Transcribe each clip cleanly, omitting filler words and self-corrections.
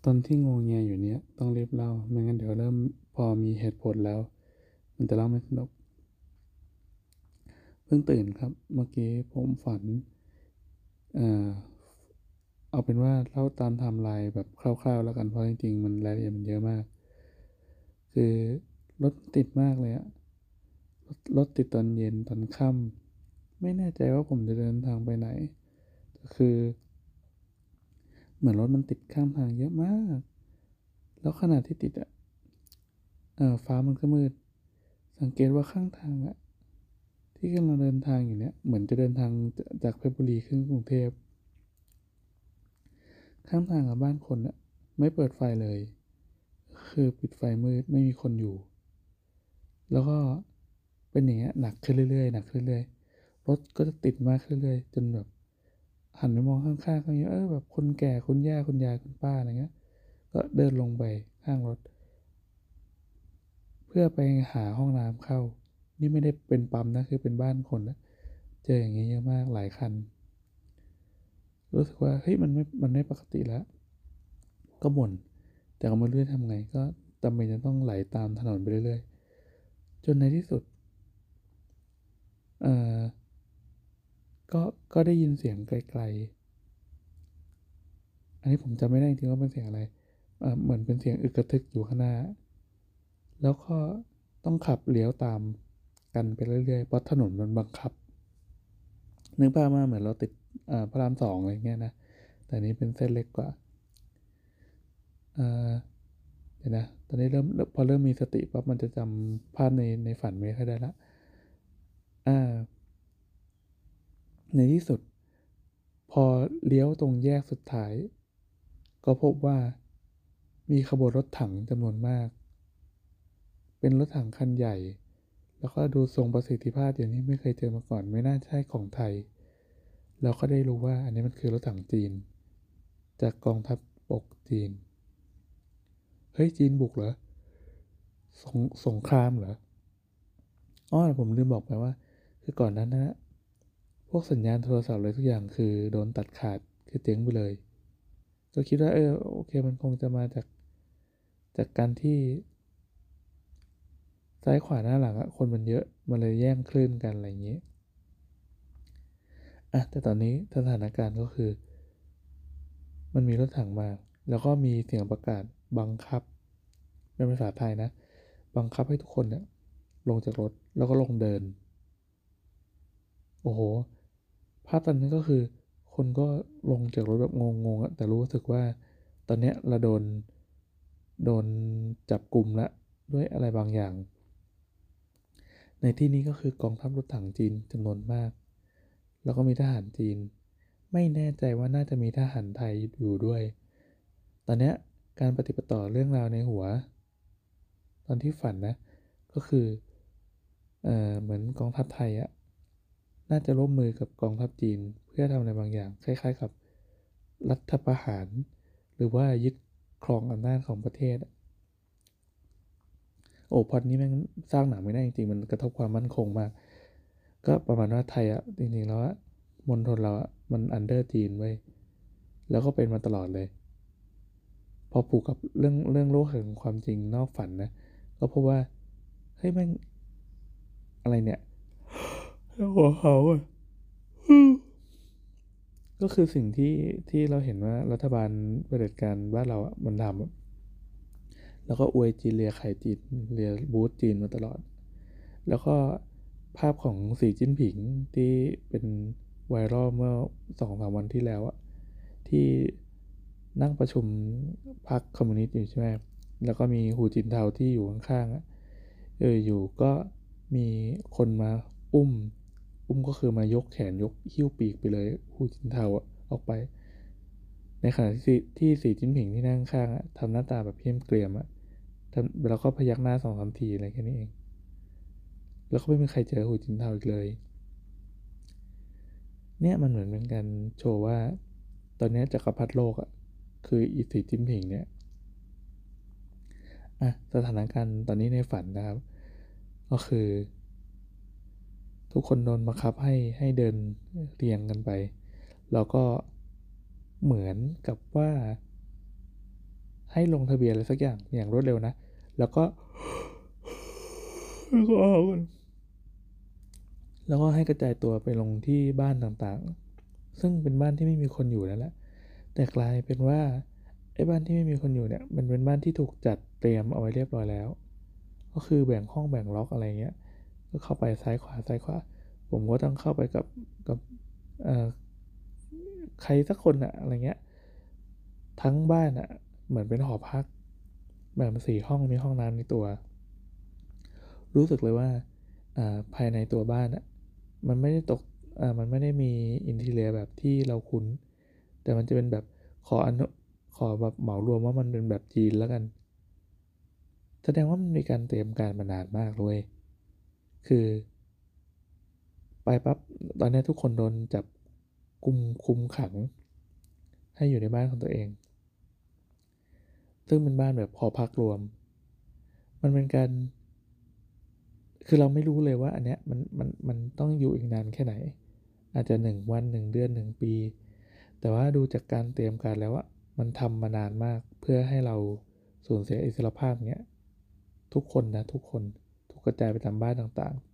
ตอนที่งวงเงียอยู่เนี่ยต้องรีบเล่าไม่งั้นเดี๋ยวเริ่มพอมีเหตุผลแล้วมันจะเล่าไม่สนุกเพิ่งตื่นครับเมื่อกี้ผมฝันเอ่อเอาเป็นว่าเล่าตามไทม์ไลน์แบบคร่าวๆแล้วกันเพราะจริงๆมันรายละเอียดมันเยอะมากคือรถติดมากเลยอะรถติดตอนเย็นตอนค่ำไม่แน่ใจว่าผมจะเดินทางไปไหนก็คือเหมือนรถมันติดข้างทางเยอะมากแล้วขณะที่ติดอะฟ้ามันก็มืดสังเกตว่าข้างทางอะ ที่กำลังเดินทางอยู่เนี่ยเหมือนจะเดินทางจากเพชรบุรีขึ้นกรุงเทพข้างทางกับบ้านคนน่ะไม่เปิดไฟเลยคือปิดไฟมืดไม่มีคนอยู่แล้วก็เป็นอย่างเงี้ยหนักขึ้นเรื่อยๆหนักขึ้นเรื่อยๆรถก็จะติดมากขึ้นเรื่อยๆจนแบบหันไปมองข้างๆก็อย่างเงี้ยแบบคนแก่คุณย่าคุณยายคุณป้าอะไรเงี้ยก็เดินลงไปข้างรถเพื่อไปหาห้องน้ำเข้านี่ไม่ได้เป็นปั๊มนะคือเป็นบ้านคนนะเจออย่างเงี้ยเยอะมากหลายคัน รู้สึกว่าเฮ้ยมันไม่ปกติแล้วก็บ่นแต่ก็ไม่รู้จะทำไงก็จำเป็นจะต้องไหลตามถนนไปเรื่อยๆจนในที่สุดเอ่อก็ก็ได้ยินเสียงไกลๆอันนี้ผมจำไม่ได้จริงๆว่าเป็นเสียงอะไรเหมือนเป็นเสียงอึกกระทึกอยู่ข้างหน้าแล้วก็ต้องขับเลี้ยวตามกันไปเรื่อยๆเพราะถนนมันบังคับนึกภาพมาเหมือนเราติดพระรามสองอะไรเงี้ยนะแต่อันนี้เป็นเส้นเล็กกว่าเอ่อ เดี๋ยวนะตอนนี้พอเริ่มมีสติปั๊บมันจะจำภาพในฝันไม่ค่อยได้ละอ่าในที่สุดพอเลี้ยวตรงแยกสุดท้ายก็พบว่ามีขบวนรถถังจำนวนมากเป็นรถถังคันใหญ่แล้วก็ดูทรงประสิทธิภาพอย่างที่ไม่เคยเจอมาก่อนไม่น่าใช่ของไทยแล้วก็ได้รู้ว่าอันนี้มันคือรถถังจีนจากกองทัพบกจีนเฮ้ยจีนบุกเหรอสงครามเหรออ้อผมลืมบอกไปว่าคือก่อนนั้นนะ พวกสัญญาณโทรศัพท์อะไรทุกอย่างคือโดนตัดขาดคือเจ๊งไปเลยก็คิดว่าโอเคมันคงจะมาจากการที่ซ้ายขวาหน้าหลังอะคนมันเยอะมันเลยแย่งคลื่นกันอะไรอย่างนี้แต่ตอนนี้สถานการณ์ก็คือมันมีรถถังมาแล้วก็มีเสียงประกาศบังคับเป็นภาษาไทยนะบังคับให้ทุกคนเนี่ยลงจากรถแล้วก็ลงเดินโอ้โหภาพตอนนั้นก็คือคนก็ลงจากรถแบบงงๆอะแต่รู้สึกว่าตอนเนี้ยเราโดนจับกลุ่มแล้วด้วยอะไรบางอย่างในที่นี้ก็คือกองทัพรถถังจีนจำนวนมากแล้วก็มีทหารจีนไม่แน่ใจว่าน่าจะมีทหารไทยอยู่ด้วยตอนเนี้ยการปฏิบัติต่อเรื่องราวในหัวตอนที่ฝันนะก็คือเหมือนกองทัพไทยอะน่าจะร่วมมือกับกองทัพจีนเพื่อทำอะไรบางอย่างคล้ายๆกับรัฐประหารหรือว่ายึดครองอำนาจของประเทศ โอ้พล็อตนี้แม่งสร้างหนังไม่ได้จริงๆมันกระทบความมั่นคงมากก็ประมาณว่าไทยอ่ะจริงๆแล้วอะมณฑลเราอะมันอันเดอร์จีนไว้ยแล้วก็เป็นมาตลอดเลยพอผูกกับเรื่องโลกแห่งความจริงนอกฝันนะก็พบว่าเฮ้ยแม่งอะไรเนี่ยหัวเขาอะก็คือสิ่งที่เราเห็นว่ารัฐบาลเผด็จการบ้านเราอะมันทำอะแล้วก็อวยจีนเลียไข่จีนเลียบูธจีนมาตลอด แล้วก็ภาพของสีจิ้นผิงที่เป็นไวรัลเมื่อ2-3วันที่แล้วอะที่นั่งประชุมพรรคคอมมิวนิสต์อยู่ใช่ไหมแล้วก็มีหูจินเทาที่อยู่ข้างๆอะอยู่ก็มีคนมาอุ้มอุ้มก็คือมายกแขนยกหิ้วปีกไปเลยหูจินเทาอะออกไปในขณะที่สีจิ้นผิงที่นั่งข้างอะทำหน้าตาแบบเพี้ยมเกรียมอะแล้วก็พยักหน้า2-3 ทีอะไรแค่นี้เอง แล้วก็ไม่มีใครเจอหูจินเทาอีกเลยเนี่ยมันเหมือนเป็นการโชว์ว่าตอนนี้จักรพรรดิโลกอ่ะคืออีสีจิ้นผิงเนี่ยสถานการณ์ตอนนี้ในฝันนะครับก็คือทุกคนโดนบังคับให้เดินเรียงกันไปแล้วก็เหมือนกับว่าให้ลงทะเบียนอะไรสักอย่างรวดเร็วนะแล้วก็เอาแล้วก็ให้กระจายตัวไปลงที่บ้านต่างๆซึ่งเป็นบ้านที่ไม่มีคนอยู่นั่นแหละแต่กลายเป็นว่าไอ้บ้านที่ไม่มีคนอยู่เนี่ยมันเป็นบ้านที่ถูกจัดเตรียมเอาไว้เรียบร้อยแล้วก็คือแบ่งห้องแบ่งล็อกอะไรเงี้ยก็เข้าไปซ้ายขวาซ้ายขวาผมก็ต้องเข้าไปกับเอ่อใครสักคนอะอะไรเงี้ยทั้งบ้านอะเหมือนเป็นหอพักแบ่งเป็น4 ห้องมีห้องน้ำในตัวรู้สึกเลยว่าภายในตัวบ้านอะมันไม่ได้ตกมันไม่ได้มีอินทีเรียแบบที่เราคุ้นแต่มันจะเป็นแบบขออนุขอแบบเหมารวมว่ามันเป็นแบบจีนแล้วกันแสดงว่ามันมีการเตรียมการมานานมากเลยคือไปปั๊บตอนนี้ทุกคนโดนจับกุมคุมขังให้อยู่ในบ้านของตัวเองซึ่งเป็นบ้านแบบหอพักรวมมันเป็นการคือเราไม่รู้เลยว่าอันเนี้ยมันต้องอยู่อีกนานแค่ไหนอาจจะ1 วัน1 เดือน1 ปีแต่ว่าดูจากการเตรียมการแล้วอะมันทำมานานมากเพื่อให้เราสูญเสียอิสรภาพเนี้ยทุกคนนะทุกคนถูกกระจายไปตามบ้านต่าง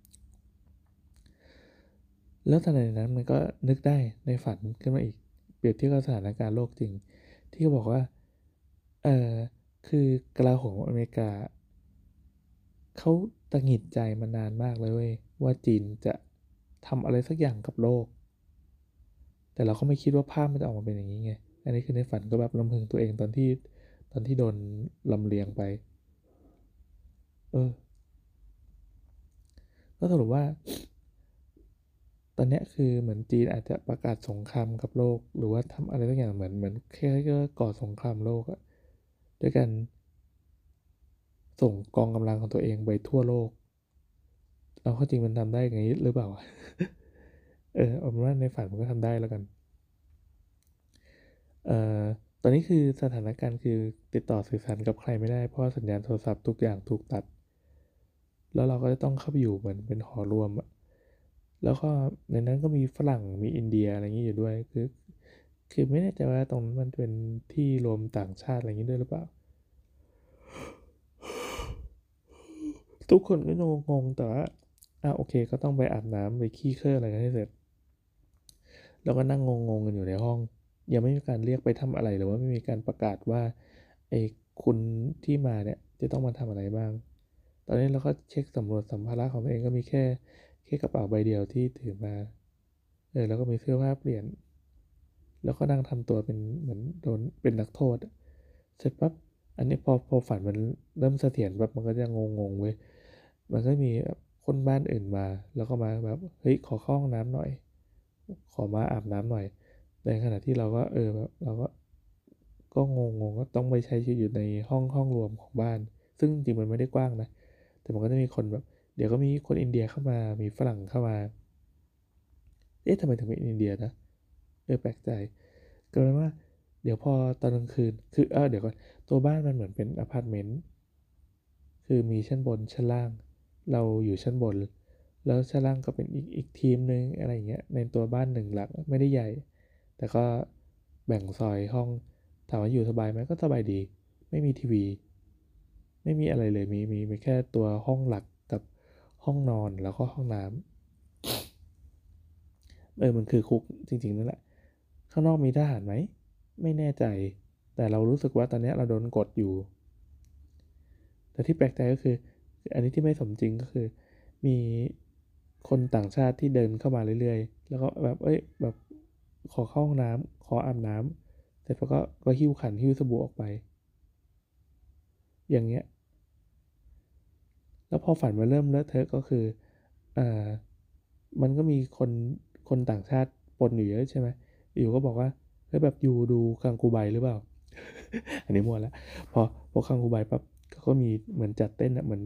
ๆแล้วทันใดนั้นมันก็นึกได้ในฝันขึ้นมาอีกเปรียบเทียบกับสถานการณ์โลกจริงที่เขาบอกว่าเออคือกลาโหมอเมริกาเขาตังหงิดใจมานานมากเลยเว้ยว่าจีนจะทำอะไรสักอย่างกับโลกแต่เราก็ไม่คิดว่าภาพมันจะออกมาเป็นอย่างนี้ไงอันนี้คือในฝันก็แบบลำพึงตัวเองตอนที่โดนลำเลียงไปเออก็สรุปว่าตอนเนี้ยคือเหมือนจีนอาจจะประกาศสงครามกับโลกหรือว่าทำอะไรสักอย่างเหมือนแค่ก่อสงครามโลกอะด้วยการส่งกองกำลังของตัวเองไปทั่วโลกเอาเข้าจริงมันทำได้อย่างนี้หรือเปล่าเอาเป็นว่าในฝันมันก็ทำได้แล้วกันเอ่อตอนนี้คือสถานการณ์คือติดต่อสื่อสารกับใครไม่ได้เพราะว่าสัญญาณโทรศัพท์ทุกอย่างถูกตัดแล้วเราก็จะต้องเข้าไปอยู่เหมือนเป็นหอรวมอะแล้วก็ในนั้นก็มีฝรั่งมีอินเดียอะไรอย่างนี้อยู่ด้วยคือไม่แน่ใจว่าตรงนั้นมันเป็นที่รวมต่างชาติอะไรอย่างนี้ด้วยหรือเปล่าทุกคนก็งงๆแต่ว่าโอเคก็ต้องไปอาบน้ำไปขี้เคืออะไรกันให้เสร็จแล้วก็นั่งงงๆกันอยู่ในห้องยังไม่มีการเรียกไปทำอะไรหรือว่าไม่มีการประกาศว่าไอ้คุณที่มาเนี่ยจะต้องมาทำอะไรบ้างตอนนี้เราก็เช็คสำรวจสัมภาระของตัวเองก็มีแค่กระเป๋าใบเดียวที่ถือมาแล้วก็มีเสื้อผ้าเปลี่ยน แล้วก็นั่งทำตัวเป็นเหมือนโดนเป็นนักโทษเสร็จปั๊บอันนี้พอฝันมันเริ่มเสถียรแบบมันก็จะงเว้ยมันก็มีแบบคนบ้านอื่นมาแล้วก็มาแบบเฮ้ยขอเข้าห้องน้ำหน่อยขอมาอาบน้ำหน่อยในขณะที่เราก็แบบเราก็งก็ต้องไปใช้ชีวิตอยู่ในห้องรวมของบ้านซึ่งจริงมันไม่ได้กว้างนะแต่มันก็จะมีคนแบบเดี๋ยวก็มีคนอินเดียเข้ามามีฝรั่งเข้ามาทำไมถึงเป็นอินเดียนะแปลกใจ ก็เลยว่าเดี๋ยวพอตอนกลางคืนคือเดี๋ยวก่อนตัวบ้านมันเหมือนเป็นอพาร์ตเมนต์คือมีชั้นบนชั้นล่างเราอยู่ชั้นบนแล้วชั้นล่างก็เป็นอีกทีมนึงอะไรอย่างเงี้ยในตัวบ้าน1 หลังไม่ได้ใหญ่แต่ก็แบ่งซอยห้องถามว่าอยู่สบายไหมก็สบายดีไม่มีทีวีไม่มีอะไรเลยมีแค่ตัวห้องหลักกับห้องนอนแล้วก็ห้องน้ำมันคือคุกจริงๆนั่นแหละข้างนอกมีทหารไหมไม่แน่ใจแต่เรารู้สึกว่าตอนนี้เราโดนกดอยู่ แต่ที่แปลกใจก็คืออันนี้ที่ไม่สมจริงก็คือมีคนต่างชาติที่เดินเข้ามาเรื่อยๆแล้วก็แบบแบบขอเข้าห้องน้ำขออาบน้ำเสร็จแล้วก็หิ้วขันหิ้วสบู่ออกไปอย่างเงี้ยแล้วพอฝันมาเริ่มเลอะเทอะก็คือเอ่อมันก็มีคนต่างชาติปนอยู่เยอะใช่ไหมอยู่ก็บอกว่าเฮ้ยแบบอยู่ดูคังคูไบหรือเปล่าอันนี้มั่วแล้วพอคังคูไบปั๊บก็มีเหมือนจัดเต้นอะ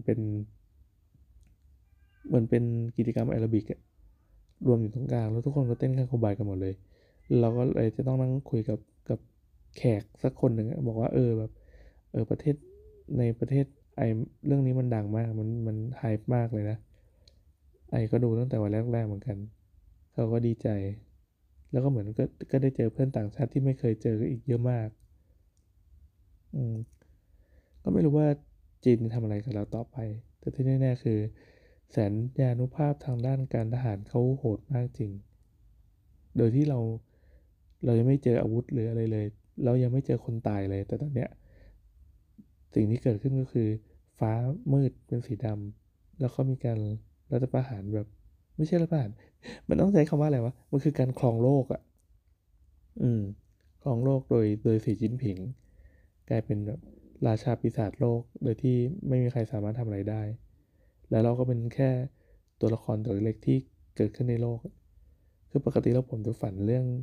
เหมือนเป็นกิจกรรมแอโรบิกอะรวมอยู่ตรงกลางแล้วทุกคนก็เต้นข้างโคบายกันหมดเลยเราก็เลยจะต้องนั่งคุยกับแขกสักคนหนึ่งบอกว่าแบบประเทศในประเทศไอเรื่องนี้มันดังมากมันไฮป์มากเลยนะไอก็ดูตั้งแต่วันแรกๆเหมือนกันเขาก็ดีใจแล้วก็เหมือนก็ได้เจอเพื่อนต่างชาติที่ไม่เคยเจออีกเยอะมากอืมก็ไม่รู้ว่าจีนจะทำอะไรกับเราต่อไปแต่ที่แน่ๆคือแสนยานุภาพทางด้านการทหารเขาโหดมากจริงโดยที่เรายังไม่เจออาวุธหรืออะไรเลยเรายังไม่เจอคนตายเลยแต่ตอนเนี้ยสิ่งที่เกิดขึ้นก็คือฟ้ามืดเป็นสีดำแล้วก็มีการรัฐประหารแบบไม่ใช่รัฐประหารมันต้องใช้คำว่าอะไรวะมันคือการครองโลกอ่ะ อืมของโลกโดยสีจิ้นผิงกลายเป็นแบบราชาปีศาจโลกโดยที่ไม่มีใครสามารถทำอะไรได้แล้วเราก็เป็นแค่ตัวละครตัวเล็กที่เกิดขึ้นในโลกคือปกติแล้วผมจะฝัน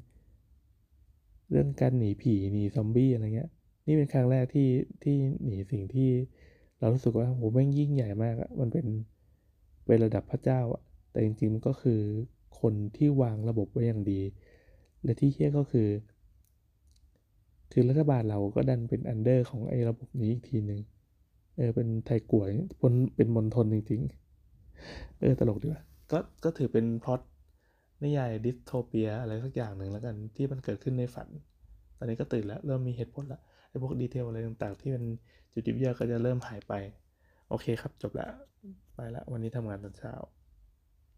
เรื่องการหนีผีหนีซอมบี้อะไรเงี้ยนี่เป็นครั้งแรกที่หนีสิ่งที่เรารู้สึกว่าโหแม่งยิ่งใหญ่มากอะมันเป็นระดับพระเจ้าอะแต่จริงๆมันก็คือคนที่วางระบบไว้อย่างดีและที่เฮี้ยก็คือรัฐบาลเราก็ดันเป็นอันเดอร์ของไอ้ระบบนี้อีกทีหนึ่งเป็นไทยกั๋วยเป็นมณฑลจริงๆตลกดีว่ะก็ถือเป็นพล็อตนิยายดิสโทเปียอะไรสักอย่างหนึ่งแล้วกันที่มันเกิดขึ้นในฝันตอนนี้ก็ตื่นแล้วเริ่มมีเหตุผลแล้วไอ้พวกดีเทลอะไรต่างๆที่เป็นจุดยิบย่อยก็จะเริ่มหายไปโอเคครับจบแล้วไปละวันนี้ทำงานตอนเช้า